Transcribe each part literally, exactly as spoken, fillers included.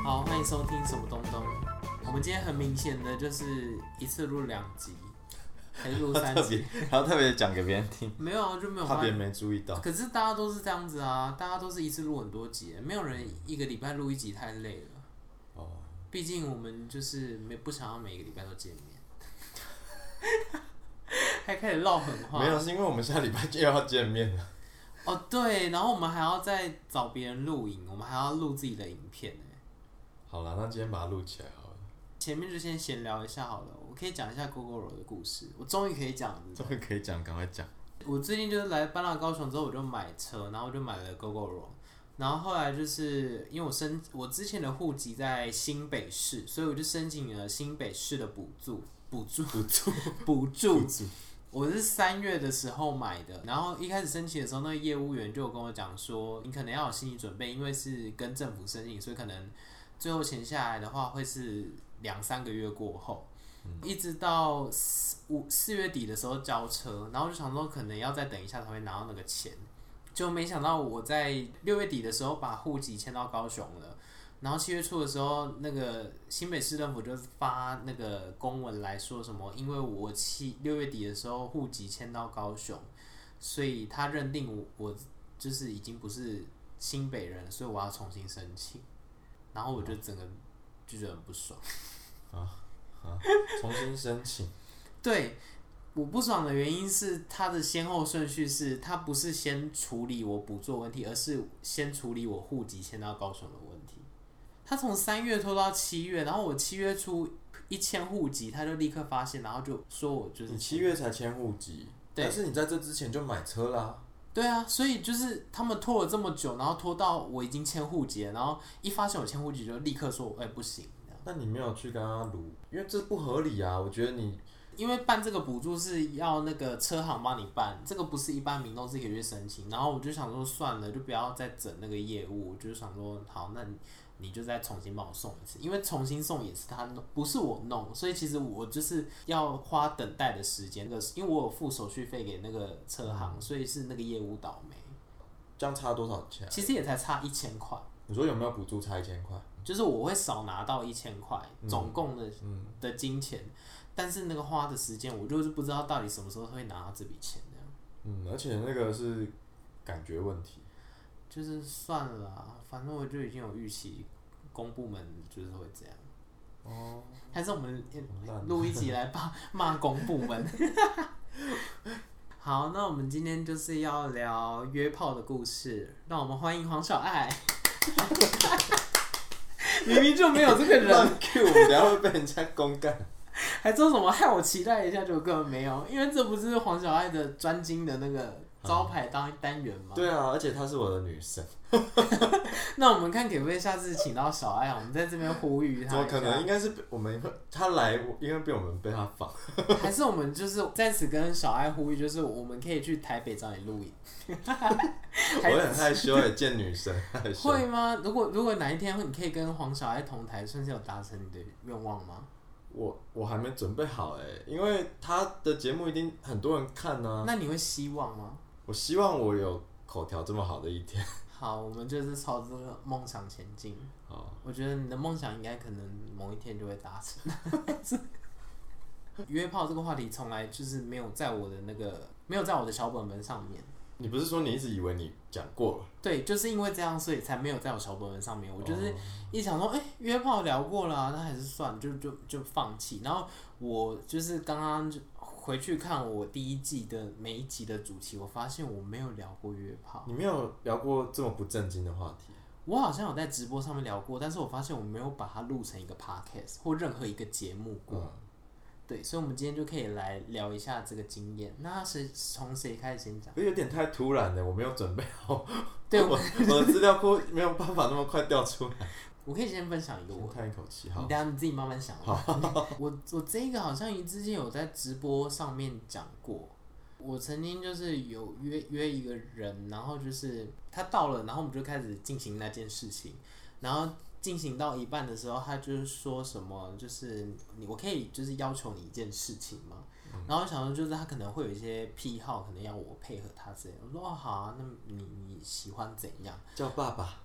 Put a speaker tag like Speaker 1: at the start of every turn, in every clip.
Speaker 1: 好，欢迎收听什么东东。我们今天很明显的就是一次录两集，还是录三集，
Speaker 2: 还要特别讲给别人听。
Speaker 1: 没有啊，就没有
Speaker 2: 怕别人没注意到。
Speaker 1: 可是大家都是这样子啊，大家都是一次录很多集，没有人一个礼拜录一集太累了。哦。毕竟我们就是没不想要每个礼拜都见面。还开始唠狠话。
Speaker 2: 没有，是因为我们下礼拜就要见面了。
Speaker 1: 哦，对，然后我们还要再找别人录影，我们还要录自己的影片。
Speaker 2: 好啦，那今天把它录起来好了。
Speaker 1: 前面就先闲聊一下好了，我可以讲一下 Gogoro 的故事，我终于可以讲了。
Speaker 2: 终于可以讲，赶快讲。
Speaker 1: 我最近就是来搬到高雄之后，我就买车，然后我就买了 Gogoro， 然后后来就是因为我申我之前的户籍在新北市，所以我就申请了新北市的补助，补助，
Speaker 2: 补助，
Speaker 1: 补助。我是三月的时候买的，然后一开始申请的时候，那个业务员就有跟我讲说，你可能要有心理准备，因为是跟政府申请，所以可能最后钱下来的话会是两三个月过后，嗯、一直到五四月底的时候交车，然后就想说可能要再等一下才会拿到那个钱，就没想到我在六月底的时候把户籍迁到高雄了。然后七月初的时候，那个新北市政府就发那个公文来说什么，因为我七六月底的时候户籍迁到高雄，所以他认定我我就是已经不是新北人，所以我要重新申请。然后我就整个就觉得很不爽。
Speaker 2: 啊啊！重新申请？
Speaker 1: 对，我不爽的原因是他的先后顺序是，他不是先处理我补助问题，而是先处理我户籍迁到高雄的问题。他从三月拖到七月，然后我七月初一迁户籍，他就立刻发现，然后就说我就是
Speaker 2: 你七月才迁户籍，但是你在这之前就买车啦。
Speaker 1: 对啊，所以就是他们拖了这么久，然后拖到我已经迁户籍了，然后一发现我迁户籍就立刻说，哎、欸，不行。
Speaker 2: 那你没有去跟他撸，因为这不合理啊！我觉得你
Speaker 1: 因为办这个补助是要那个车行帮你办，这个不是一般民众自己可以去申请。然后我就想说算了，就不要再整那个业务，我就想说好，那你。你就再重新帮我送一次，因为重新送也是他弄，不是我弄，所以其实我就是要花等待的时间。那个，因为我有付手续费给那个车行，嗯、所以是那个业务倒霉。
Speaker 2: 这样差多少钱？
Speaker 1: 其实也才差一千块。
Speaker 2: 你说有没有补助差一千块？
Speaker 1: 就是我会少拿到一千块，总共的、嗯、的金钱，但是那个花的时间，我就是不知道到底什么时候会拿到这笔钱这样。
Speaker 2: 嗯，而且那个是感觉问题。
Speaker 1: 就是算了啦，反正我就已经有预期，公部门就是会这样。哦，还是我们录一集来骂公部门。好，那我们今天就是要聊约炮的故事，让我们欢迎黄小爱。明明就没有这个人。
Speaker 2: 乱 Q， 我们等下会被人家公干。
Speaker 1: 还说什么害我期待一下，就根本没有，因为这不是黄小爱的专精的那个。招牌当单元嘛？
Speaker 2: 对啊，而且她是我的女神。
Speaker 1: 那我们看可不可以下次请到小爱，我们在这边呼吁她。
Speaker 2: 怎么可能？应该是我们她来，应该被我们被她仿。
Speaker 1: 还是我们就是在此跟小爱呼吁，就是我们可以去台北找你录影。
Speaker 2: 我很害羞哎，见女神害羞。
Speaker 1: 会吗？如果如果哪一天你可以跟黄小爱同台，算是有达成你的愿望吗？
Speaker 2: 我我还没准备好哎，因为她的节目一定很多人看呢、啊。
Speaker 1: 那你会希望吗？
Speaker 2: 我希望我有口条这么好的一天。
Speaker 1: 好，我们就是朝这个梦想前进。好，我觉得你的梦想应该可能某一天就会达成。约炮这个话题从来就是没有在我的那个没有在我的小本本上面。
Speaker 2: 你不是说你一直以为你讲过了？
Speaker 1: 对，就是因为这样，所以才没有在我小本本上面。我就是一想说，哎、欸，约炮聊过了、啊，那还是算，就就就放弃。然后我就是刚刚就。回去看我第一季的每一集的主题，我发现我没有聊过约炮。
Speaker 2: 你没有聊过这么不正经的话题？
Speaker 1: 我好像有在直播上面聊过，但是我发现我没有把它录成一个 podcast 或任何一个节目过。嗯、对，所以我们今天就可以来聊一下这个经验。那谁从谁开始先讲？
Speaker 2: 有点太突然了，我没有准备好。
Speaker 1: 对，
Speaker 2: 我我的资料库没有办法那么快调出来。
Speaker 1: 我可以先分享一个我，
Speaker 2: 叹一口气，好。
Speaker 1: 你等一下你自己慢慢想。我我这个好像之前有在直播上面讲过，我曾经就是有约约一个人，然后就是他到了，然后我们就开始进行那件事情，然后进行到一半的时候，他就是说什么，就是你我可以就是要求你一件事情吗？嗯、然后我想说就是他可能会有一些癖好，可能要我配合他之类的。我说哦好啊，那你你喜欢怎样？
Speaker 2: 叫爸爸。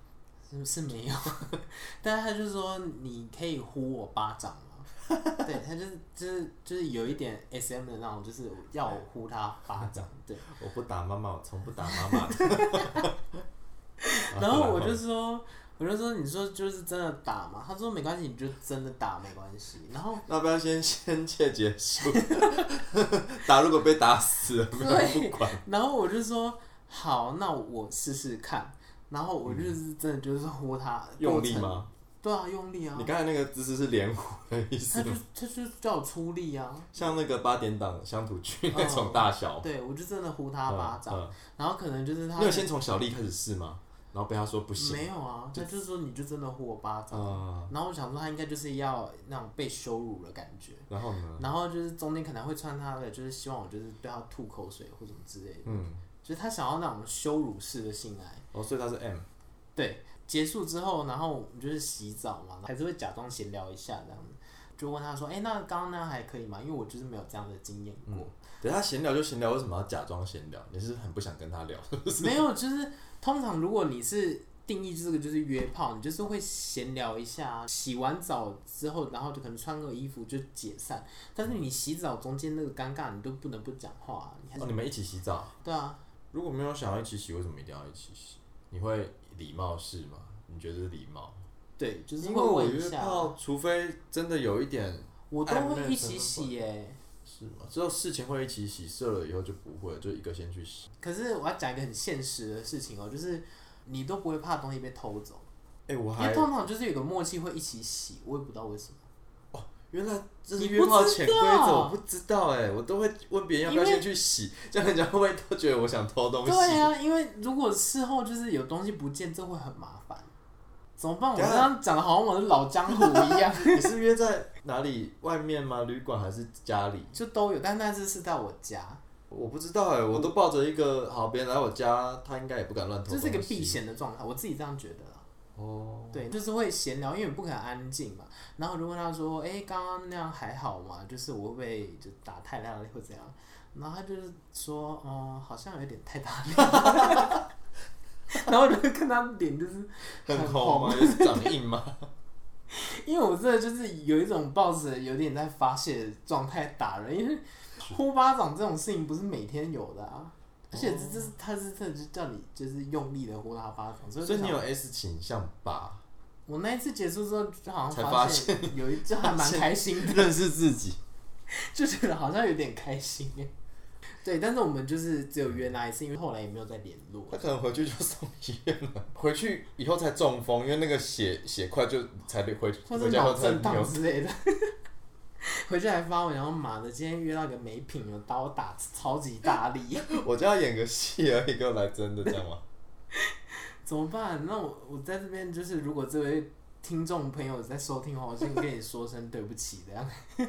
Speaker 1: 是是没有，但是他就说你可以呼我巴掌吗？对，他就是就是就是有一点 S M 的那种，就是要我呼他巴掌。对，
Speaker 2: 我不打妈妈，我从不打妈妈的。
Speaker 1: 然后我就说，我就说，你说就是真的打嘛？他说没关系，你就真的打没关系。然后
Speaker 2: 要不要先先切结束？打如果被打死了，没有人不管。
Speaker 1: 然后我就说好，那我试试看。然后我就是真的就是呼他，
Speaker 2: 用力吗？
Speaker 1: 对啊，用力啊！
Speaker 2: 你刚才那个姿势是连呼的意思吗？
Speaker 1: 他就他就叫我出力啊，
Speaker 2: 像那个八点档乡土剧那种大小。
Speaker 1: 嗯、对，我就真的呼他巴掌，嗯嗯、然后可能就是他。
Speaker 2: 你有先从小力开始试吗？然后被他说不行。
Speaker 1: 没有啊，他就说你就真的呼我巴掌。嗯、然后我想说他应该就是要那种被羞辱的感觉。
Speaker 2: 然后呢？
Speaker 1: 然后就是中间可能会穿他的，就是希望我就是对他吐口水或什么之类的。嗯。就是他想要那种羞辱式的性爱。
Speaker 2: 哦，所以他是 M。
Speaker 1: 对。结束之后，然后我们就是洗澡嘛，还是会假装闲聊一下这样子，就问他说：“哎、欸，那刚刚那样还可以吗？”因为我就是没有这样的经验过。嗯、
Speaker 2: 等他闲聊就闲聊，为什么要假装闲聊？你是很不想跟他聊？
Speaker 1: 没有，就是通常如果你是定义这个就是约炮，你就是会闲聊一下，洗完澡之后，然后就可能穿个衣服就解散。但是你洗澡中间那个尴尬，你都不能不讲话、啊。你还是
Speaker 2: 哦，你们一起洗澡？
Speaker 1: 对啊。
Speaker 2: 如果没有想要一起洗，为什么一定要一起洗？你会礼貌是吗？你觉得是礼貌？
Speaker 1: 对，就是
Speaker 2: 会问一下。因为我约炮，除非真的有一点，
Speaker 1: 我都会一起洗耶、欸。
Speaker 2: 是吗？之后事情会一起洗，射了以后就不会，就一个先去洗。
Speaker 1: 可是我要讲一个很现实的事情哦、喔，就是你都不会怕东西被偷走。
Speaker 2: 哎、欸，我还
Speaker 1: 因为通常就是有个默契会一起洗，我也不知道为什么。
Speaker 2: 哦，原来这是约炮潜规则，我不知道哎、欸，我都会问别人要不要先去洗，这样人家会不会都觉得我想偷东西？
Speaker 1: 对啊，因为如果事后就是有东西不见，这会很麻烦。怎么办？我刚刚讲的好像我是老江湖一样。
Speaker 2: 你是约在哪里？外面吗？旅馆还是家里？
Speaker 1: 就都有，但那次是在我家。
Speaker 2: 我不知道哎、欸，我都抱着一个好，别人来我家，他应该也不敢乱偷东西。
Speaker 1: 这是一个避嫌的状态，我自己这样觉得啦。哦。对，就是会闲聊，因为你不可能安静嘛。然后就问他说：“哎、欸，刚刚那样还好吗？就是我会不会就打太大力或怎样？”然后他就是说：“哦、嗯，好像有点太大力。”然后我就看他脸就是
Speaker 2: 很红吗？就是长印吗？
Speaker 1: 因为我真的就是有一种抱着有点在发泄的状态打人，因为呼巴掌这种事情不是每天有的啊，而且这这是他是真的就叫你就是用力的呼他巴掌，所以
Speaker 2: 所以你有 S 倾向吧？
Speaker 1: 我那一次结束之后，就好
Speaker 2: 才
Speaker 1: 像
Speaker 2: 发现
Speaker 1: 有一就还蛮开心的，
Speaker 2: 认识自己，
Speaker 1: 就觉得好像有点开心耶。对，但是我们就是只有约那一次，因为后来也没有再联络。
Speaker 2: 他可能回去就送医院了，回去以后才中风，因为那个血血块就才回
Speaker 1: 或者脑震荡之类的。回去还发文，然后妈的，今天约到一个没品的，把我打超级大力。
Speaker 2: 我就要演个戏而已，给我来真的这样吗？
Speaker 1: 怎么办？那我我在这边就是，如果这位听众朋友在收听的话，我先跟你说声对不起，这样。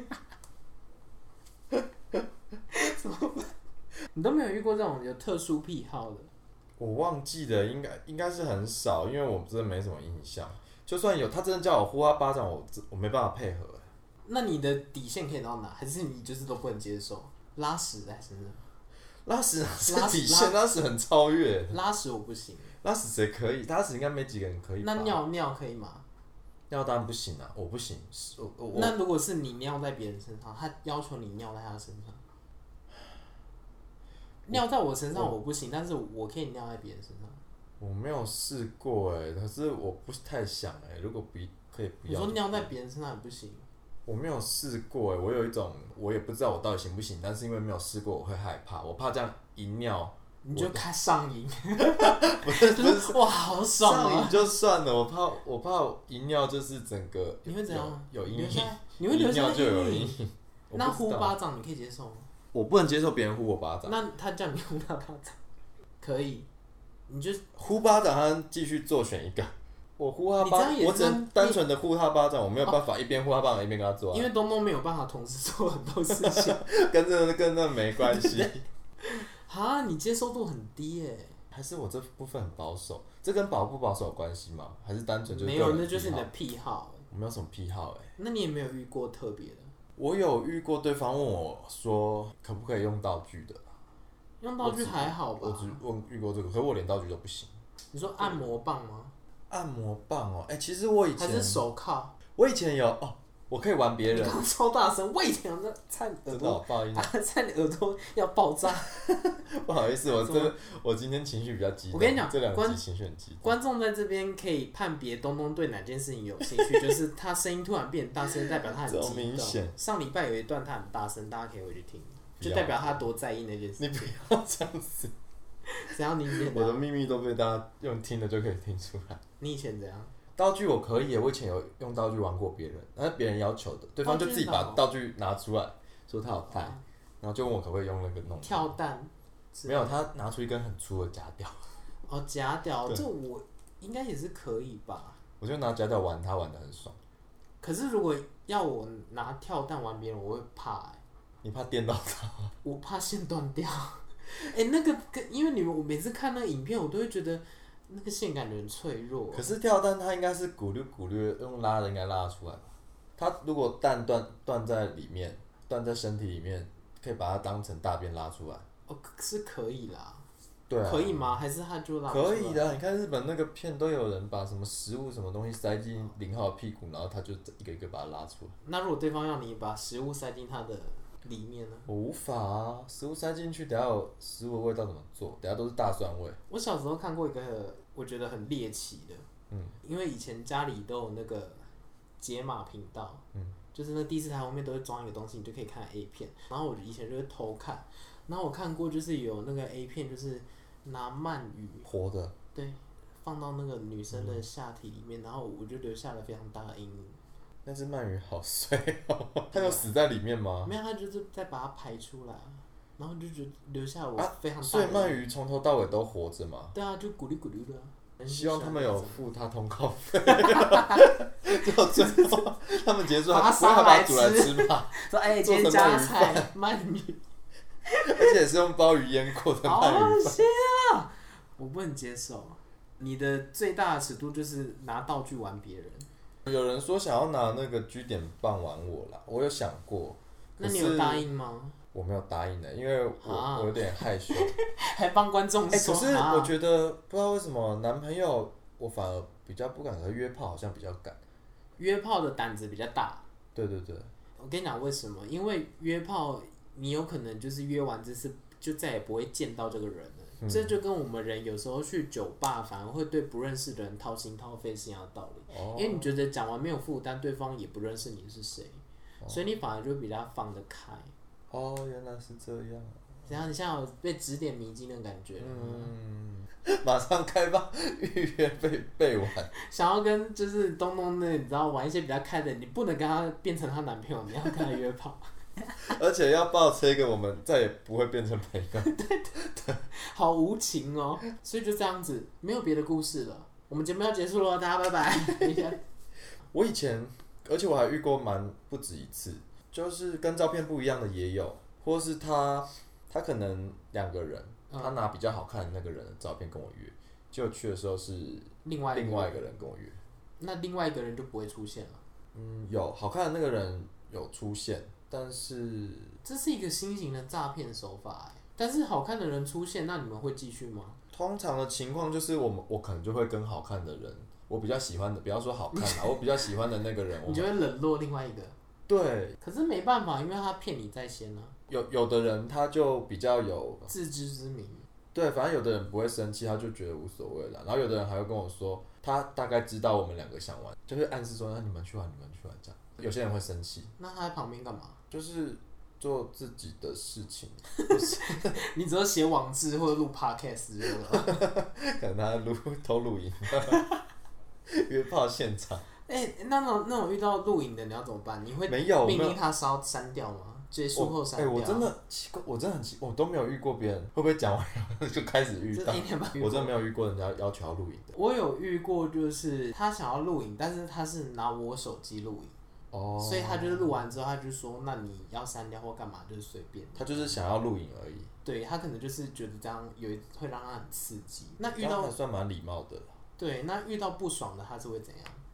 Speaker 1: 怎么办？你都没有遇过这种有特殊癖好的？
Speaker 2: 我忘记了，应该应该是很少，因为我真的没什么印象。就算有，他真的叫我呼他巴掌，我我没办法配合。
Speaker 1: 那你的底线可以到哪？还是你就是都不能接受？拉屎还是？
Speaker 2: 拉屎是底线，拉屎很超越。
Speaker 1: 拉屎我不行。
Speaker 2: 拉屎谁可以？拉屎应该没几个人可以吧。
Speaker 1: 那尿尿可以吗？
Speaker 2: 尿当然不行啊，我不行。我我
Speaker 1: 那如果是你尿在别人身上，他要求你尿在他身上。尿在我身上我不行，但是我可以尿在别人身上。
Speaker 2: 我没有试过哎、欸，可是我不太想哎、欸。如果不可以不要，
Speaker 1: 你说尿在别人身上也不行。
Speaker 2: 我没有试过哎、欸，我有一种我也不知道我到底行不行，但是因为没有试过，我会害怕，我怕这样一尿
Speaker 1: 你就开上瘾。
Speaker 2: 不是不是
Speaker 1: 哇，好爽啊！
Speaker 2: 上瘾就算了，我怕我怕一尿就是整个
Speaker 1: 你会怎样？
Speaker 2: 有阴影，
Speaker 1: 你会留下
Speaker 2: 阴影就有阴影。
Speaker 1: 那呼巴掌你可以接受吗？
Speaker 2: 我不能接受别人呼我巴掌。
Speaker 1: 那他叫你呼他巴掌，可以，你就
Speaker 2: 呼巴掌，他继续做选一个。我呼他巴掌，我只能单纯的呼他巴掌，我没有办法一边呼他巴掌一边跟他做、啊。
Speaker 1: 因为东东没有办法同时做很多事情，
Speaker 2: 跟这个跟那没关系。
Speaker 1: 哈，你接受度很低耶、欸。
Speaker 2: 还是我这部分很保守？这跟保不保守有关系吗？还是单纯就是
Speaker 1: 没有？那就是你的癖好、欸。
Speaker 2: 我没有什么癖好哎、欸。
Speaker 1: 那你也没有遇过特别的？
Speaker 2: 我有遇过，对方问我说可不可以用道具的。
Speaker 1: 用道具还好吧？
Speaker 2: 我只问遇过这个，可是我连道具都不行。
Speaker 1: 你说按摩棒吗？
Speaker 2: 按摩棒哦，哎、欸，其实我以前
Speaker 1: 还是手铐，
Speaker 2: 我以前有哦，我可以玩别人。
Speaker 1: 你刚刚超大声，我以前在差点耳朵，
Speaker 2: 不好意思，
Speaker 1: 差点耳朵要爆炸。
Speaker 2: 不好意思，我这我今天情绪比较激动。
Speaker 1: 我跟你讲，
Speaker 2: 这两集情绪很激动。
Speaker 1: 观众在这边可以判别东东对哪件事情有兴趣，就是他声音突然变大声，代表他很激动。
Speaker 2: 明显。
Speaker 1: 上礼拜有一段他很大声，大家可以回去听，就代表他多在意那件事情。
Speaker 2: 你不要这样子。
Speaker 1: 怎样？你以前
Speaker 2: 我的秘密都被大家用听的就可以听出来。
Speaker 1: 你以前怎样？
Speaker 2: 道具我可以，我以前有用道具玩过别人，那是别人要求的，对方就自己把道具拿出来，说他有带，然后就问我可不可以用那个弄。
Speaker 1: 跳蛋。
Speaker 2: 没有，他拿出一根很粗的夹屌。
Speaker 1: 哦，夹屌，这我应该也是可以吧。
Speaker 2: 我就拿夹屌玩，他玩的很爽。
Speaker 1: 可是如果要我拿跳蛋玩别人，我会怕哎、欸。
Speaker 2: 你怕电到他？
Speaker 1: 我怕线断掉。哎、欸，那个，因为你们我每次看那个影片，我都会觉得那个线感觉很脆弱。
Speaker 2: 可是跳蛋它应该是咕噜咕噜用拉的，应该拉得出来吧？它如果蛋断断在里面，断在身体里面，可以把它当成大便拉出来。
Speaker 1: 哦，是可以啦。
Speaker 2: 对啊。
Speaker 1: 可以吗？还是它就拉不出来？
Speaker 2: 可以的，你看日本那个片都有人把什么食物什么东西塞进零号的屁股，然后他就一个一个把它拉出来。
Speaker 1: 那如果对方要你把食物塞进他的里面呢？
Speaker 2: 我无法啊，食物塞进去，等下有食物的味道怎么做？等下都是大蒜味。
Speaker 1: 我小时候看过一个我觉得很猎奇的，嗯，因为以前家里都有那个解码频道，嗯，就是那第四台后面都会装一个东西，你就可以看 A 片。然后我以前就会偷看，然后我看过就是有那个 A 片，就是拿鳗鱼
Speaker 2: 活的，
Speaker 1: 对，放到那个女生的下体里面，然后我就留下了非常大的阴影。
Speaker 2: 那只鳗鱼好衰哦，它有死在里面吗？
Speaker 1: 没有，它就是再把它排出来，然后就觉得留下我非常大的、啊。
Speaker 2: 所以鳗鱼从头到尾都活着吗？
Speaker 1: 对啊，就咕噜咕噜的。
Speaker 2: 希望他们有付他通告费。就最后他们结束，
Speaker 1: 把它
Speaker 2: 杀来煮来吃嘛。
Speaker 1: 说哎、欸，今天加菜鳗鱼，
Speaker 2: 而且是用鲍鱼腌过的鳗鱼
Speaker 1: 饭。啊！我不能接受。你的最大的尺度就是拿道具玩别人。
Speaker 2: 有人说想要拿那个 G 点棒玩我啦，我有想过。
Speaker 1: 那你有答应吗？
Speaker 2: 我没有答应的，因为我、啊、我有点害羞。
Speaker 1: 还帮观众说。
Speaker 2: 哎、欸，可是我觉得不知道为什么男朋友我反而比较不敢，和约炮好像比较敢。
Speaker 1: 约炮的胆子比较大。
Speaker 2: 对对对。
Speaker 1: 我跟你讲为什么？因为约炮你有可能就是约完这次就再也不会见到这个人了。嗯、这就跟我们人有时候去酒吧反而会对不认识的人掏心掏肺是一样的道理。哦、因为你觉得讲完没有负担，对方也不认识你是谁，哦、所以你反而就比较放得开。
Speaker 2: 哦，原来是这样。
Speaker 1: 怎样？你现在有被指点迷津的感觉？嗯，
Speaker 2: 马上开放预约备备玩。
Speaker 1: 想要跟就是东东的，你知道玩一些比较开的，你不能跟他变成他男朋友，你要跟他约炮。
Speaker 2: 而且要抱持一个我们再也不会变成朋友。
Speaker 1: 对对对，好无情哦。所以就这样子，没有别的故事了。我们节目要结束了，大家拜拜。
Speaker 2: 我以前，而且我还遇过蛮不止一次，就是跟照片不一样的也有，或是他他可能两个人，他拿比较好看的那个人的照片跟我约，结果去的时候是
Speaker 1: 另外
Speaker 2: 另外一个人跟我约，
Speaker 1: 那另外一个人就不会出现了。
Speaker 2: 嗯，有好看的那个人有出现。但是
Speaker 1: 这是一个新型的诈骗手法哎，但是好看的人出现，那你们会继续吗？
Speaker 2: 通常的情况就是我们我可能就会跟好看的人，我比较喜欢的，不要说好看啦，我比较喜欢的那个人，
Speaker 1: 你就会冷落另外一个。
Speaker 2: 对。
Speaker 1: 可是没办法，因为他骗你在先啊。
Speaker 2: 有有的人他就比较有
Speaker 1: 自知之明。
Speaker 2: 对，反正有的人不会生气，他就觉得无所谓啦。然后有的人还会跟我说，他大概知道我们两个想玩，就会暗示说，那你们去玩，你们去玩这样。有些人会生气。
Speaker 1: 那他在旁边干嘛？
Speaker 2: 就是做自己的事情。
Speaker 1: 你只要写网志或者录 podcast 之类的。
Speaker 2: 可能他录偷录影，约炮现场。
Speaker 1: 哎、欸，那种那种遇到录影的你要怎么办？你会
Speaker 2: 没有
Speaker 1: 命令他烧删掉吗？结束后删掉。
Speaker 2: 哎、欸，我真的奇怪，我真的很奇怪，我都没有遇过别人会不会讲完就开始遇到。我真的没有遇过人家要求要录影的。
Speaker 1: 我有遇过，就是他想要录影，但是他是拿我手机录影。哦，所以他就是录完之后，他就说：“那你要删掉或干嘛，就是随便。”
Speaker 2: 他就是想要录影而已。
Speaker 1: 对，他可能就是觉得这样有会让他很刺激。那遇到
Speaker 2: 还算蛮礼貌的。
Speaker 1: 对，那遇到不爽的他是会怎样？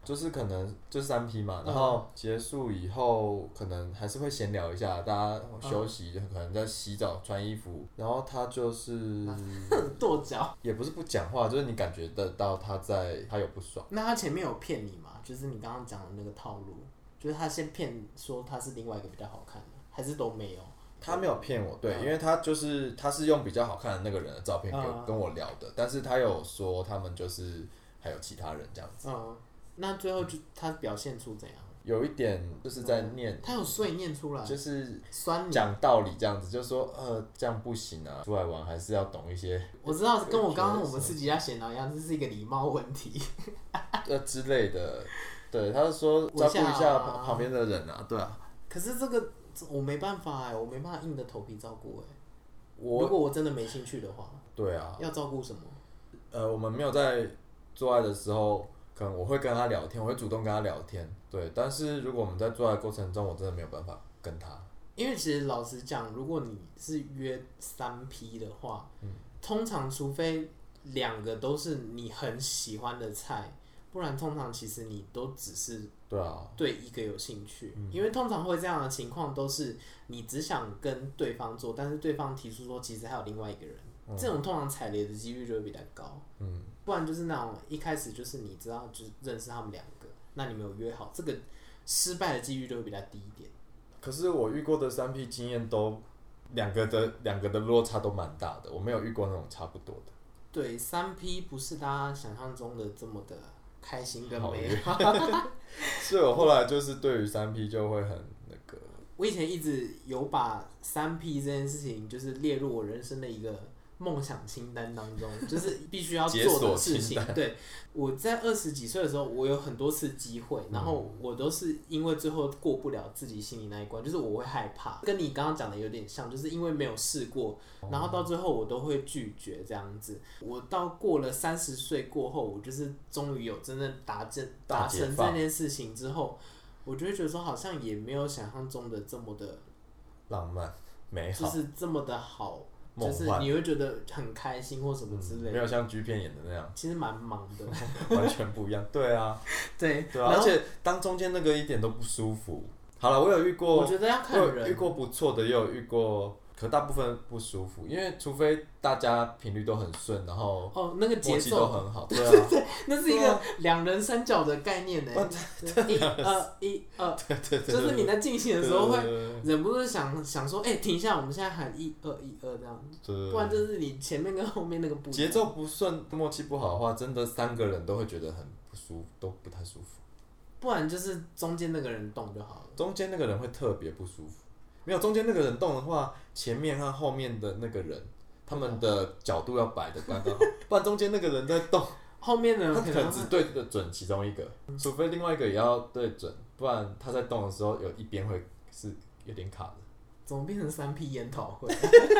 Speaker 2: 就是可能就是三 P 嘛，然后结束以后可能还是会闲聊一下，大家休息，嗯、可能在洗澡、穿衣服，然后他就是
Speaker 1: 跺脚，
Speaker 2: 也不是不讲话，就是你感觉得到他在他有不爽。
Speaker 1: 那他前面有骗你吗？就是你刚刚讲的那个套路，就是他先骗说他是另外一个比较好看的，还是都没有？
Speaker 2: 他没有骗我，对，嗯、因为他就是他是用比较好看的那个人的照片跟、嗯、跟我聊的，但是他有说他们就是还有其他人这样子。
Speaker 1: 嗯，那最后就他表现出怎样？
Speaker 2: 有一点就是在念，嗯、
Speaker 1: 他有碎念出来，
Speaker 2: 就是
Speaker 1: 酸
Speaker 2: 讲道理这样子，就说呃这样不行啊，出来玩还是要懂一些。
Speaker 1: 我知道，跟我刚刚我们私底下闲聊一样，这是一个礼貌问题，
Speaker 2: 呃之类的。对，他是说照顾一下旁边的人啊，对啊。
Speaker 1: 可是这个我没办法哎，我没办法硬着头皮照顾哎。如果我真的没兴趣的话，
Speaker 2: 对啊，
Speaker 1: 要照顾什么？
Speaker 2: 呃，我们没有在做爱的时候，可能我会跟他聊天，我会主动跟他聊天，对。但是如果我们在做爱的过程中，我真的没有办法跟他。
Speaker 1: 因为其实老实讲，如果你是约三 P 的话，嗯、通常除非两个都是你很喜欢的菜。不然通常其实你都只是
Speaker 2: 对啊
Speaker 1: 对一个有兴趣，嗯、因为通常会这样的情况都是你只想跟对方做，但是对方提出说其实还有另外一个人，嗯、这种通常踩雷的几率就会比较高。嗯，不然就是那种一开始就是你知道就是认识他们两个，那你们有约好，这个失败的几率就会比较低一点。
Speaker 2: 可是我遇过的三 P 经验都两个的两个的落差都蛮大的，我没有遇过那种差不多的。
Speaker 1: 对，三 P 不是大家想象中的这么的开心跟美好，
Speaker 2: 所以我后来就是对于三 P 就会很那个。
Speaker 1: 我以前一直有把三 P 这件事情，就是列入我人生的一个梦想清单当中，就是必须要做的事情。对，我在二十几岁的时候，我有很多次机会，然后我都是因为最后过不了自己心里那一关，就是我会害怕，跟你刚刚讲的有点像，就是因为没有试过，然后到最后我都会拒绝这样子。我到过了三十岁过后，我就是终于有真正达成达成这件事情之后，我就会觉得说，好像也没有想象中的这么的
Speaker 2: 浪漫美好，
Speaker 1: 就是这么的好。就是你会觉得很开心或什么之类的，
Speaker 2: 嗯、没有像 G 片演的那样，
Speaker 1: 其实蛮忙的，
Speaker 2: 完全不一样。对啊，
Speaker 1: 对
Speaker 2: 对啊，而且当中间那个一点都不舒服。好了，我有遇过，
Speaker 1: 我觉得要看人，
Speaker 2: 我有遇过不错的，也有遇过，可大部分不舒服，因为除非大家频率都很顺，然后
Speaker 1: 哦那个节奏
Speaker 2: 都很好，对啊，
Speaker 1: 对对，那是一个两人三角的概念呢，一二一二，
Speaker 2: 对对对，
Speaker 1: 就是你在进行的时候会忍不住想想说，哎、欸，停一下，我们现在喊一二一二这样，不然就是你前面跟后面那个不
Speaker 2: 节奏不顺，默契不好的话，真的三个人都会觉得很不舒服，都不太舒服。
Speaker 1: 不然就是中间那个人动就好了，
Speaker 2: 中间那个人会特别不舒服。没有中间那个人动的话，前面和后面的那个人，他们的角度要摆的刚刚好，不然中间那个人在动，
Speaker 1: 后面的人
Speaker 2: 他可能只对得准其中一个，除非另外一个也要对准，不然他在动的时候有一边会是有点卡的。
Speaker 1: 怎么变成三 P 研讨会？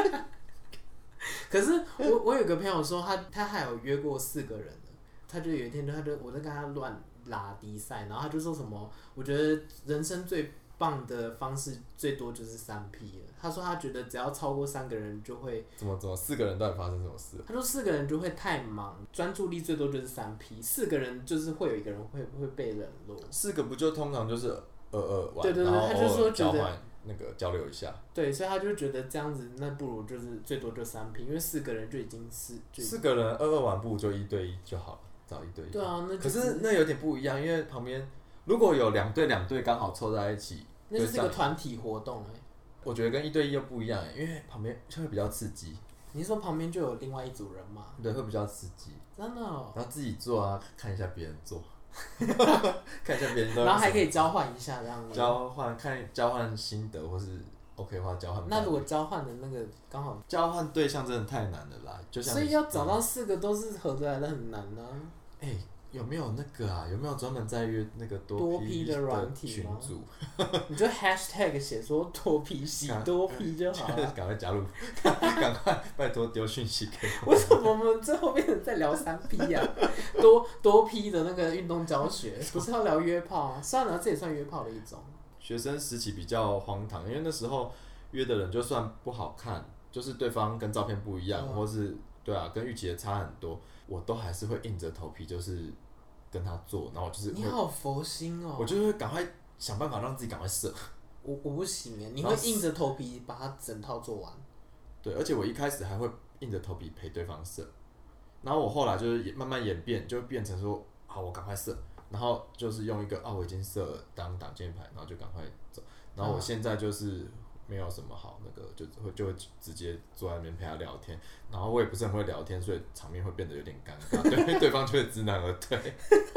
Speaker 1: 可是我我有个朋友说他他还有约过四个人的，他就有一天就他就我在跟他乱拉低赛，然后他就说什么，我觉得人生最棒的方式最多就是三 P 了。他说他觉得只要超过三个人就会
Speaker 2: 怎么怎么四个人到底发生什么事？
Speaker 1: 他说四个人就会太忙，专注力最多就是三 P， 四个人就是会有一个人会会被冷落。
Speaker 2: 四个不就通常就是二二玩，
Speaker 1: 对对对，他就说觉得
Speaker 2: 那个交流一下。对，
Speaker 1: 所以他就觉得这样子，那不如就是最多就三 P， 因为四个人就已经是
Speaker 2: 四个人二二玩，不如就一对一就好了，找一对一。
Speaker 1: 对啊，那、
Speaker 2: 就是、可是那有点不一样，因为旁边如果有两队两队刚好凑在一起，
Speaker 1: 那就是一个团体活动哎、欸。
Speaker 2: 我觉得跟一对一又不一样、欸，因为旁边就会比较刺激。
Speaker 1: 你是说旁边就有另外一组人嘛？
Speaker 2: 对，会比较刺激。
Speaker 1: 真的、喔。
Speaker 2: 然后自己做啊，看一下别人做，看一下别人都。
Speaker 1: 然后还可以交换一下这样子。
Speaker 2: 交换看交换心得，或是 OK 的话交换。
Speaker 1: 那如果交换的那个刚好
Speaker 2: 交换对象真的太难了啦，就像
Speaker 1: 所以要找到四个都是合得来的很难呢、啊。
Speaker 2: 哎、欸。有没有那个啊？有没有专门在约那个
Speaker 1: 多 P 的软体群组？你就 hashtag 写说多 P 洗多 P 就好了。
Speaker 2: 赶快加入，赶快拜托丢讯息给
Speaker 1: 我。为什么我们最后变成在聊三 P 啊？多多 P 的那个运动教学，不是要聊约炮啊？算了，这也算约炮的一种。
Speaker 2: 学生时期比较荒唐，因为那时候约的人就算不好看，就是对方跟照片不一样，嗯、或是对啊，跟预期的差很多。我都还是会硬着头皮，就是跟他做，然后我就是
Speaker 1: 你好佛心哦，
Speaker 2: 我就会赶快想办法让自己赶快射。
Speaker 1: 我我不行哎，你会硬着头皮把它整套做完。
Speaker 2: 对，而且我一开始还会硬着头皮陪对方射，然后我后来就是慢慢演变，就变成说，好，我赶快射，然后就是用一个啊，我已经射了当挡箭牌，然后就赶快走。然后我现在就是没有什么好那个，就会就会直接坐在那边陪他聊天，然后我也不是很会聊天，所以场面会变得有点尴尬，对，对方就会知难而退。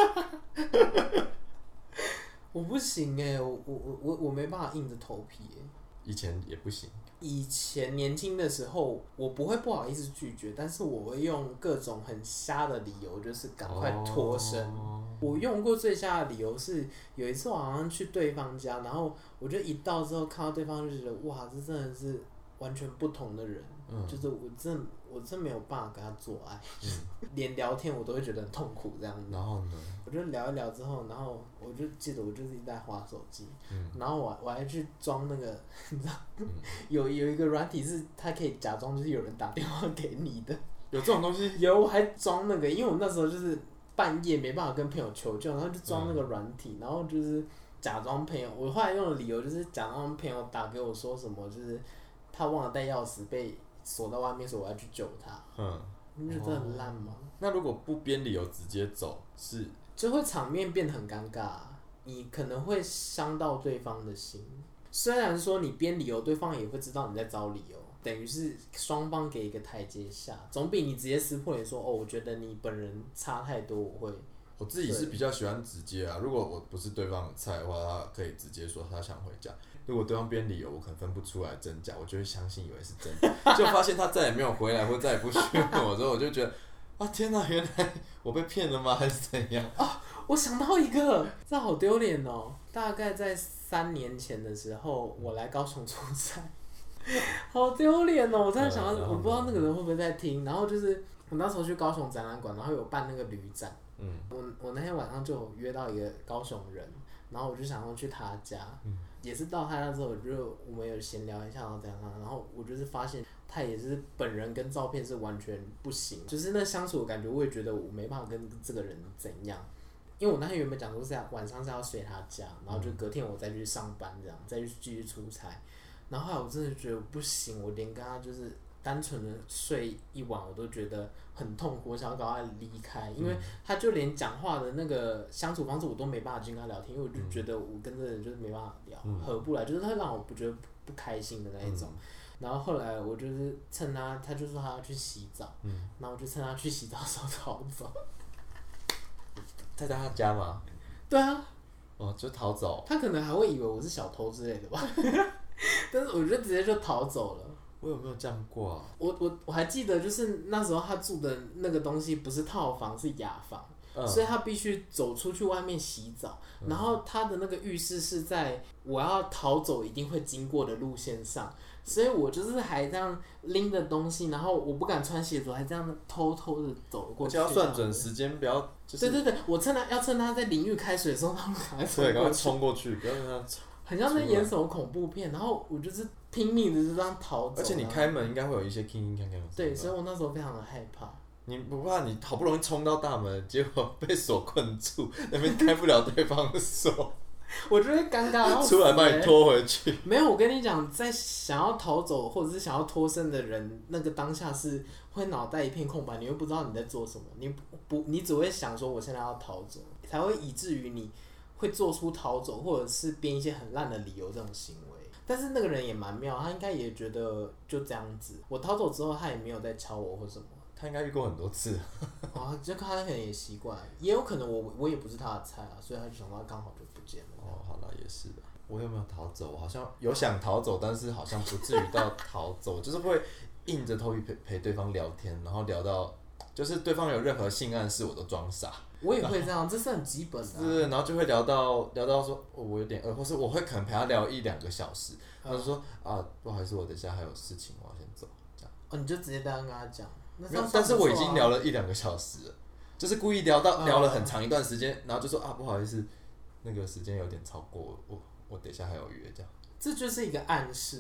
Speaker 1: 我不行哎，我我我我没办法硬着头皮哎。
Speaker 2: 以前也不行。
Speaker 1: 以前年轻的时候，我不会不好意思拒绝，但是我会用各种很瞎的理由，就是赶快脱身。Oh. 我用过最瞎的理由是，有一次我好像去对方家，然后我就一到之后看到对方就觉得，哇，这真的是完全不同的人，嗯、就是我真我真没有办法跟他做爱，嗯、连聊天我都会觉得很痛苦这样子。
Speaker 2: 然后呢？
Speaker 1: 我就聊一聊之后，然后我就记得我就是一直在滑手机，嗯、然后我我还去装那个，你知道，嗯、有有一个软体是它可以假装就是有人打电话给你的。
Speaker 2: 有这种东西？
Speaker 1: 有，我还装那个，因为我那时候就是半夜没办法跟朋友求救，然后就装那个软体，嗯、然后就是假装朋友。我后来用的理由就是假装朋友打给我说什么，就是他忘了带钥匙被锁在外面，所以我要去救他。嗯，你不觉得很烂吗？
Speaker 2: 哦？那如果不编理由直接走是？
Speaker 1: 就会场面变得很尴尬，你可能会伤到对方的心。虽然说你编理由，对方也会知道你在找理由，等于是双方给一个台阶下，总比你直接撕破脸说哦，我觉得你本人差太多，我会。
Speaker 2: 我自己是比较喜欢直接啊，如果我不是对方的菜的话，他可以直接说他想回家。如果对方编理由，我可能分不出来真假，我就会相信以为是真的，就发现他再也没有回来，或再也不需要我之后，我就觉得。啊天哪！原来我被骗了吗？还是怎样？
Speaker 1: 啊！我想到一个，这好丢脸哦！大概在三年前的时候，我来高雄出差，好丢脸哦！我真的想到，我不知道那个人会不会在听。然后就是我那时候去高雄展览馆，然后有办那个旅展。嗯。我我那天晚上就有约到一个高雄人，然后我就想要去他家，嗯、也是到他家之后，我就我们有闲聊一下，然后怎样，然后我就是发现。他也是本人跟照片是完全不行，就是那相处的感觉，我也觉得我没办法跟这个人怎样，因为我那天原本讲说是晚上是要睡他家，然后就隔天我再去上班这样，再去继续出差，然后后来我真的觉得不行，我连跟他就是单纯的睡一晚我都觉得很痛苦，我想要赶快离开，因为他就连讲话的那个相处方式我都没办法去跟他聊天，因为我就觉得我跟这个人就是没办法聊，合不来，就是他让我不觉得不开心的那一种。然后后来我就是趁他，他就说他要去洗澡，嗯，然后我就趁他去洗澡的时候逃走。
Speaker 2: 在他家吗？
Speaker 1: 对啊。
Speaker 2: 哦，就逃走。
Speaker 1: 他可能还会以为我是小偷之类的吧，但是我就直接就逃走了。
Speaker 2: 我有没有这样过啊？
Speaker 1: 我我我还记得，就是那时候他住的那个东西不是套房，是雅房。嗯、所以他必须走出去外面洗澡，嗯、然后他的那个浴室是在我要逃走一定会经过的路线上，所以我就是还这样拎着东西，然后我不敢穿鞋子，还这样偷偷的走过去。
Speaker 2: 而且要算准时间，不要、就是。
Speaker 1: 对对对，我趁他要趁他在淋浴开水的时候，他们赶快冲过去。
Speaker 2: 对，赶快冲过去，不要让他冲。
Speaker 1: 很像在演什么恐怖片，然后我就是拼命的就这样逃走。
Speaker 2: 而且你开门应该会有一些铿铿锵锵的声音。
Speaker 1: 对，所以我那时候非常的害怕。
Speaker 2: 你不怕你好不容易冲到大门，结果被锁困住，那边开不了对方的锁，
Speaker 1: 我就会尴尬，
Speaker 2: 出来把你拖回去。
Speaker 1: 没有，我跟你讲，在想要逃走或者是想要脱身的人，那个当下是会脑袋一片空白，你又不知道你在做什么，你不，你只会想说我现在要逃走，才会以至于你会做出逃走或者是编一些很烂的理由这种行为。但是那个人也蛮妙，他应该也觉得就这样子，我逃走之后他也没有再敲我或什么。
Speaker 2: 他应该遇过很多次，
Speaker 1: 啊，就他可能也习惯，也有可能我我也不是他的菜啊，所以他就想到刚好就不见了。
Speaker 2: 哦，好了，也是的。我有没有逃走？好像有想逃走，但是好像不至于到逃走，就是会硬着头皮陪陪对方聊天，然后聊到就是对方有任何性暗示，我都装傻。
Speaker 1: 我也会这样，这是很基本的、啊。
Speaker 2: 是，然后就会聊到聊到说，哦、我有点饿，或是我会可能陪他聊一两个小时，他就说啊，不好意思，我等一下还有事情，我要先走，这样。
Speaker 1: 哦，你就直接这样跟他讲。
Speaker 2: 没有，但是我已经聊了一两个小时了，就是故意聊到、嗯、聊了很长一段时间，然后就说啊不好意思，那个时间有点超过，我我等一下还有约这样。
Speaker 1: 这就是一个暗示哎、欸，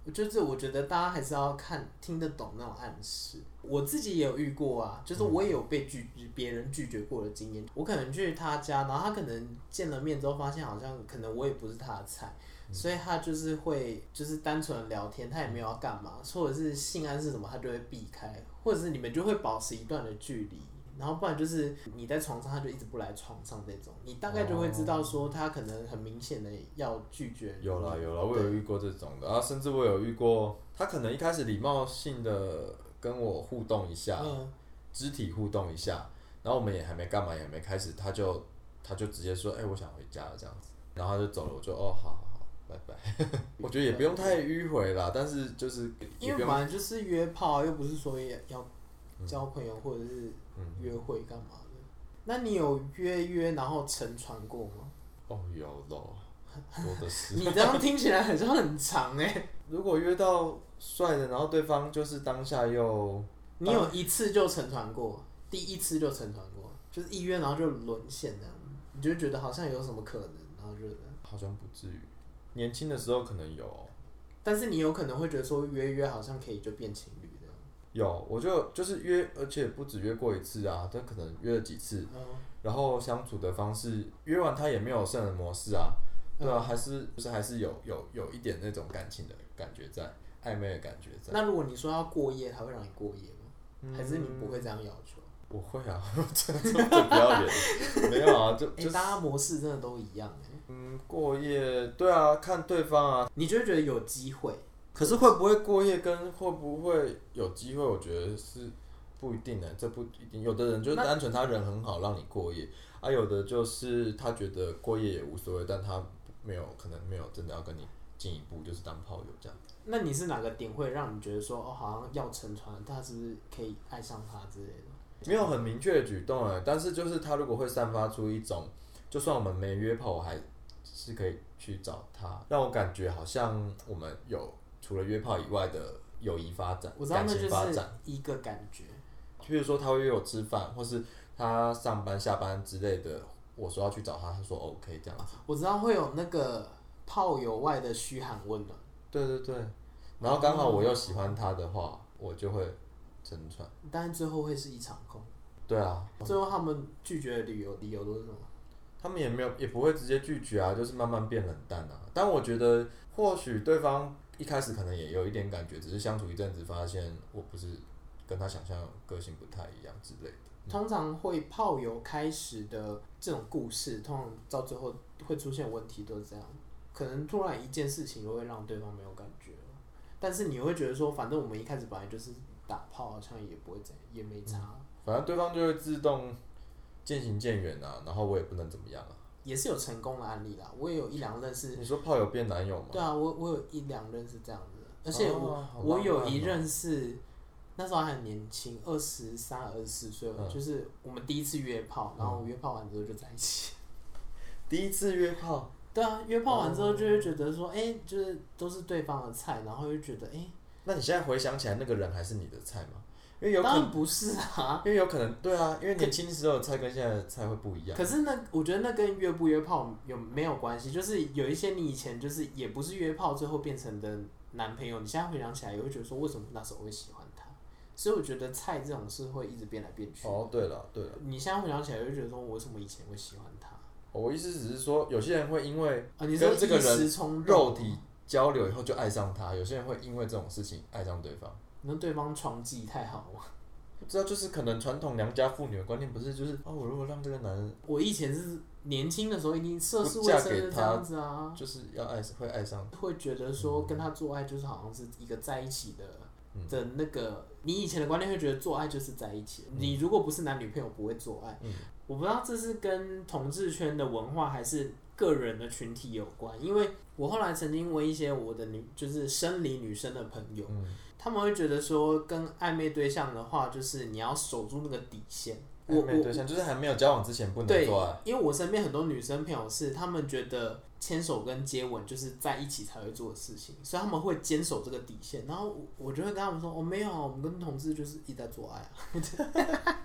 Speaker 1: 就是我觉得大家还是要看听得懂那种暗示。我自己也有遇过啊，就是我也有被拒别人拒绝过的经验。我可能去他家，然后他可能见了面之后发现好像可能我也不是他的菜，嗯、所以他就是会就是单纯的聊天，他也没有要干嘛，或者是性暗示什么，他就会避开，或者是你们就会保持一段的距离。然后不然就是你在床上，他就一直不来床上这种，你大概就会知道说他可能很明显的要拒绝你。
Speaker 2: 有啦有啦，我有遇过这种的啊，甚至我有遇过，他可能一开始礼貌性的跟我互动一下，嗯、肢体互动一下，然后我们也还没干嘛，也还没开始，他就他就直接说，哎、欸，我想回家了这样子，然后他就走了，我就哦，好好好，拜拜。我觉得也不用太迂回啦，但是就是
Speaker 1: 因为本来就是约炮，又不是说要交朋友或者是约会干嘛的。嗯、那你有约约然后沉船过吗？
Speaker 2: 哦，有咯，多的是。
Speaker 1: 你这样听起来好像很长哎、欸。
Speaker 2: 如果约到帅的，然后对方就是当下又……
Speaker 1: 你有一次就沉船过？第一次就沉船过，就是一约然后就沦陷这样，你就觉得好像有什么可能，然后就
Speaker 2: 好像不至于。年轻的时候可能有，
Speaker 1: 但是你有可能会觉得说约约好像可以就变情侣。
Speaker 2: 有，我就就是约，而且不止约过一次啊，他可能约了几次，嗯、然后相处的方式，约完他也没有圣人模式啊，对啊，嗯、还是就是还是有有有一点那种感情的感觉在，暧昧的感觉在。
Speaker 1: 那如果你说要过夜，他会让你过夜吗？嗯、还是你不会这样要求？
Speaker 2: 我会啊，这这这不要脸，没有啊，就就、
Speaker 1: 欸、大家模式真的都一样哎、欸。
Speaker 2: 嗯，过夜，对啊，看对方啊，
Speaker 1: 你就会觉得有机会。
Speaker 2: 可是会不会过夜跟会不会有机会，我觉得是不一定的，这不一定。有的人就单纯他人很好让你过夜，啊，有的就是他觉得过夜也无所谓，但他没有可能没有真的要跟你进一步，就是当炮友这样。
Speaker 1: 那你是哪个点会让你觉得说哦，好像要沉船，他是不是可以爱上他之类的？
Speaker 2: 没有很明确的举动哎，但是就是他如果会散发出一种，就算我们没约炮，我还是可以去找他，让我感觉好像我们有。除了约炮以外的友谊发展，
Speaker 1: 我知道那就是一个感觉。
Speaker 2: 譬如说，他会约我吃饭，或是他上班下班之类的，我说要去找他，他说 OK 这样子。
Speaker 1: 我知道会有那个炮友外的嘘寒问暖。
Speaker 2: 对对对，然后刚好我又喜欢他的话，我就会沉船。
Speaker 1: 但是最后会是一场空。
Speaker 2: 对啊。
Speaker 1: 最后他们拒绝的理由，理由都是什么？
Speaker 2: 他们也没有，也不会直接拒绝啊，就是慢慢变冷淡啊。但我觉得，或许对方。一开始可能也有一点感觉，只是相处一阵子，发现我不是跟他想象个性不太一样之类的。
Speaker 1: 嗯、通常会炮友开始的这种故事，通常到最后会出现问题，都是这样。可能突然一件事情就会让对方没有感觉，但是你会觉得说，反正我们一开始本来就是打炮，好像也不会怎样，也没差、嗯。
Speaker 2: 反正对方就会自动渐行渐远啊，然后我也不能怎么样啊。
Speaker 1: 也是有成功的案例啦，我也有一两任是。
Speaker 2: 你说炮友变男友吗？
Speaker 1: 对啊，我我有一两任是这样子的，而且我、哦哦、我有一任是那时候还很年轻，二十三、二十四岁，就是我们第一次约炮，然后约炮完之后就在一起。
Speaker 2: 第一次约炮？
Speaker 1: 对啊，约炮完之后就会觉得说，哎、欸，就是都是对方的菜，然后就觉得，哎、欸。
Speaker 2: 那你现在回想起来，那个人还是你的菜吗？因为有可能
Speaker 1: 当然不是啊，
Speaker 2: 因为有可能对啊，因为年轻时候的菜跟现在的菜会不一样。
Speaker 1: 可是那我觉得那跟约不约炮有没有关系？就是有一些你以前就是也不是约炮，最后变成的男朋友，你现在回想起来也会觉得说，为什么那时候会喜欢他？所以我觉得菜这种事会一直变来变去。
Speaker 2: 哦，对了对了，
Speaker 1: 你现在回想起来就觉得说，我为什么以前会喜欢他？
Speaker 2: 我意思只是说，有些人会因为
Speaker 1: 跟
Speaker 2: 这个人肉体交流以后就爱上他，有些人会因为这种事情爱上对方。
Speaker 1: 那对方床技太好吗？
Speaker 2: 不知道，就是可能传统良家妇女的观念不是，就是哦，我如果让这个男人，
Speaker 1: 我以前是年轻的时候，一定涉世未深是这样子啊，
Speaker 2: 就是要爱，会爱上，
Speaker 1: 会觉得说跟他做爱就是好像是一个在一起的、嗯、的那个，你以前的观念会觉得做爱就是在一起，嗯、你如果不是男女朋友不会做爱，嗯、我不知道这是跟同志圈的文化还是个人的群体有关，因为我后来曾经问一些我的女，就是生理女生的朋友。嗯，他们会觉得说，跟暧昧对象的话，就是你要守住那个底线。
Speaker 2: 暧昧对象就是还没有交往之前不能做爱。
Speaker 1: 对，因为我身边很多女生朋友是，他们觉得牵手跟接吻就是在一起才会做的事情，所以他们会坚守这个底线。然后我就会跟他们说，我、哦、没有，我们跟同志就是一直在做爱啊。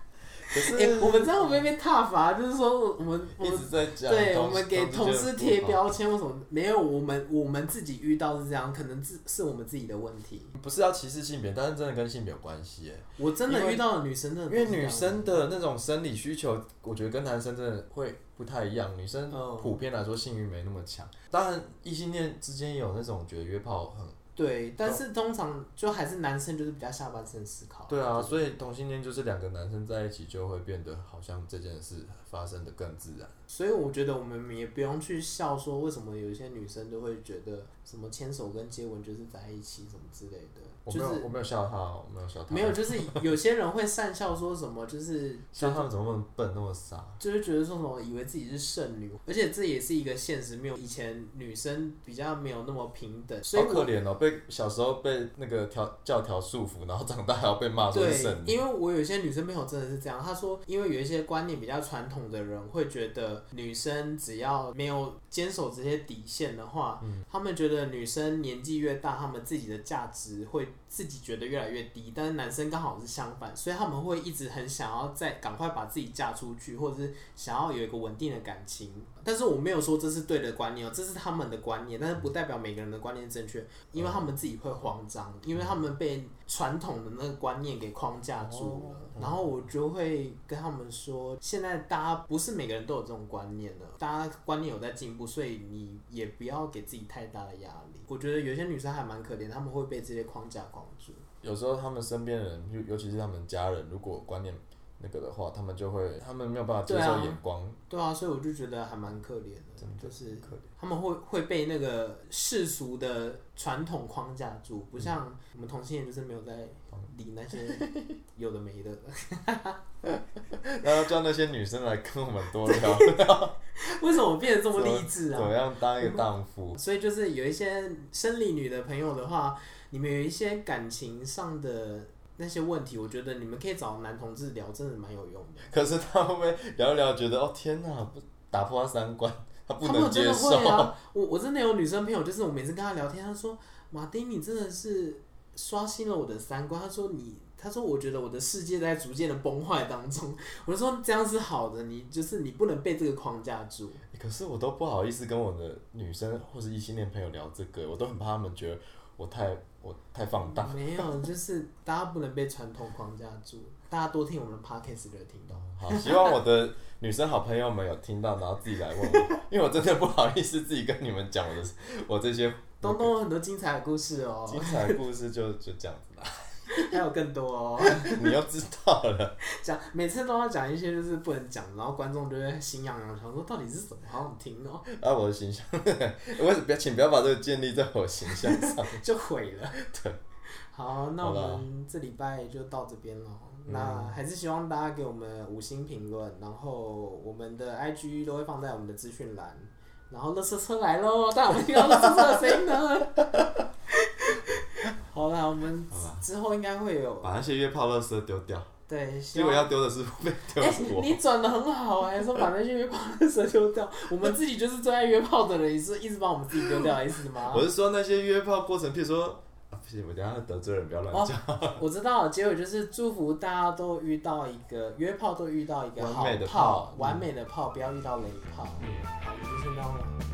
Speaker 2: 可是、
Speaker 1: 欸，我们这样会不会被挞伐？就是说我们
Speaker 2: 一直在讲，
Speaker 1: 对，我们给同事贴标签，为什么没有？我们我们自己遇到是这样，可能是我们自己的问题。
Speaker 2: 不是要歧视性别，但是真的跟性别有关系耶。
Speaker 1: 我真的遇到的女生的，
Speaker 2: 因为女生的那种生理需求，我觉得跟男生真的会不太一样。女生普遍来说性欲没那么强，当然异性恋之间也有那种觉得约炮很。
Speaker 1: 对，但是通常就还是男生就是比较下半身思考。
Speaker 2: 对啊，所以同性恋就是两个男生在一起就会变得好像这件事发生的更自然。
Speaker 1: 所以我觉得我们也不用去笑说为什么有一些女生都会觉得什么牵手跟接吻就是在一起什么之类的。
Speaker 2: 我没有，我没有笑他，我没有笑他。
Speaker 1: 没有，就是有些人会讪笑说什么，就是
Speaker 2: 像他们怎么那么笨，那么傻，
Speaker 1: 就是觉得说什么以为自己是剩女，而且这也是一个现实，没有以前女生比较没有那么平等，所以
Speaker 2: 好可怜哦，被小时候被那个条教条束缚，然后长大还要被骂说是剩女。
Speaker 1: 对，因为我有些女生朋友真的是这样，她说因为有一些观念比较传统的人会觉得女生只要没有坚守这些底线的话，嗯、他们觉得女生年纪越大，他们自己的价值会自己觉得越来越低，但是男生刚好是相反，所以他们会一直很想要再赶快把自己嫁出去，或者是想要有一个稳定的感情。但是我没有说这是对的观念，这是他们的观念，但是不代表每个人的观念正确，因为他们自己会慌张，因为他们被传统的那个观念给框架住了。然后我就会跟他们说，现在大家不是每个人都有这种观念了，大家观念有在进步，所以你也不要给自己太大的压力。我觉得有些女生还蛮可怜，他们会被这些框架框住。
Speaker 2: 有时候他们身边人，尤其是他们家人，如果观念那个的话，他们就会，他们没有办法接受眼光。
Speaker 1: 对啊，对啊，所以我就觉得还蛮可怜的，真的就是他们会会被那个世俗的传统框架住，不像我们同性恋就是没有在理那些有的没的。
Speaker 2: 然后叫那些女生来跟我们多聊聊，
Speaker 1: 为什么变得这么励志啊？
Speaker 2: 怎么样当一个荡妇？
Speaker 1: 所以就是有一些生理女的朋友的话，你们有一些感情上的那些问题，我觉得你们可以找男同志聊，真的蛮有用的。
Speaker 2: 可是他会不会聊一聊，觉得哦天哪，不打破他三观，他不能接受？
Speaker 1: 他们真的会啊！我我真的有女生朋友，就是我每次跟她聊天，她说马丁，你真的是刷新了我的三观。她说你，她说我觉得我的世界在逐渐的崩坏当中。我就说这样是好的，你就是你不能被这个框架住。
Speaker 2: 可是我都不好意思跟我的女生或是异性恋朋友聊这个，我都很怕他们觉得我太我太放荡。
Speaker 1: 没有，就是大家不能被传统框架住，大家多听我们的 podcast 就会听到。
Speaker 2: 好，希望我的女生好朋友们有听到，然后自己来问我，因为我真的不好意思自己跟你们讲我的我这些。
Speaker 1: 东东有很多精彩的故事哦。
Speaker 2: 精彩的故事就就这样子啦。
Speaker 1: 还有更多哦。
Speaker 2: 你又知道了。
Speaker 1: 讲每次都要讲一些就是不能讲，然后观众就会心痒痒，想说到底是什么，好想听哦。
Speaker 2: 啊，我的形象，我不要，请不要把这个建立在我形象上，
Speaker 1: 就毁了。
Speaker 2: 对。
Speaker 1: 好，那我们这礼拜就到这边了。那还是希望大家给我们五星评论，然后我们的 I G 都会放在我们的资讯栏。然后垃圾车来喽，但我们听到垃圾车的声音呢？好啦，我们之后应该会有
Speaker 2: 把那些约炮垃圾丢掉。
Speaker 1: 对，
Speaker 2: 结果要丢的是被丢的是我。
Speaker 1: 欸、你转的很好哎、欸，说把那些约炮垃圾丢掉。我们自己就是最爱约炮的人，你是一直把我们自己丢掉的意思吗？
Speaker 2: 我是说那些约炮过程，譬如说。啊、不行，我等一下会得罪人，不要乱讲、
Speaker 1: 哦。我知道了，结果就是祝福大家都遇到一个约炮，都遇到一个好
Speaker 2: 完美的
Speaker 1: 炮，
Speaker 2: 炮，
Speaker 1: 完美的炮，不要遇到雷炮。嗯，好，我们就先这样了。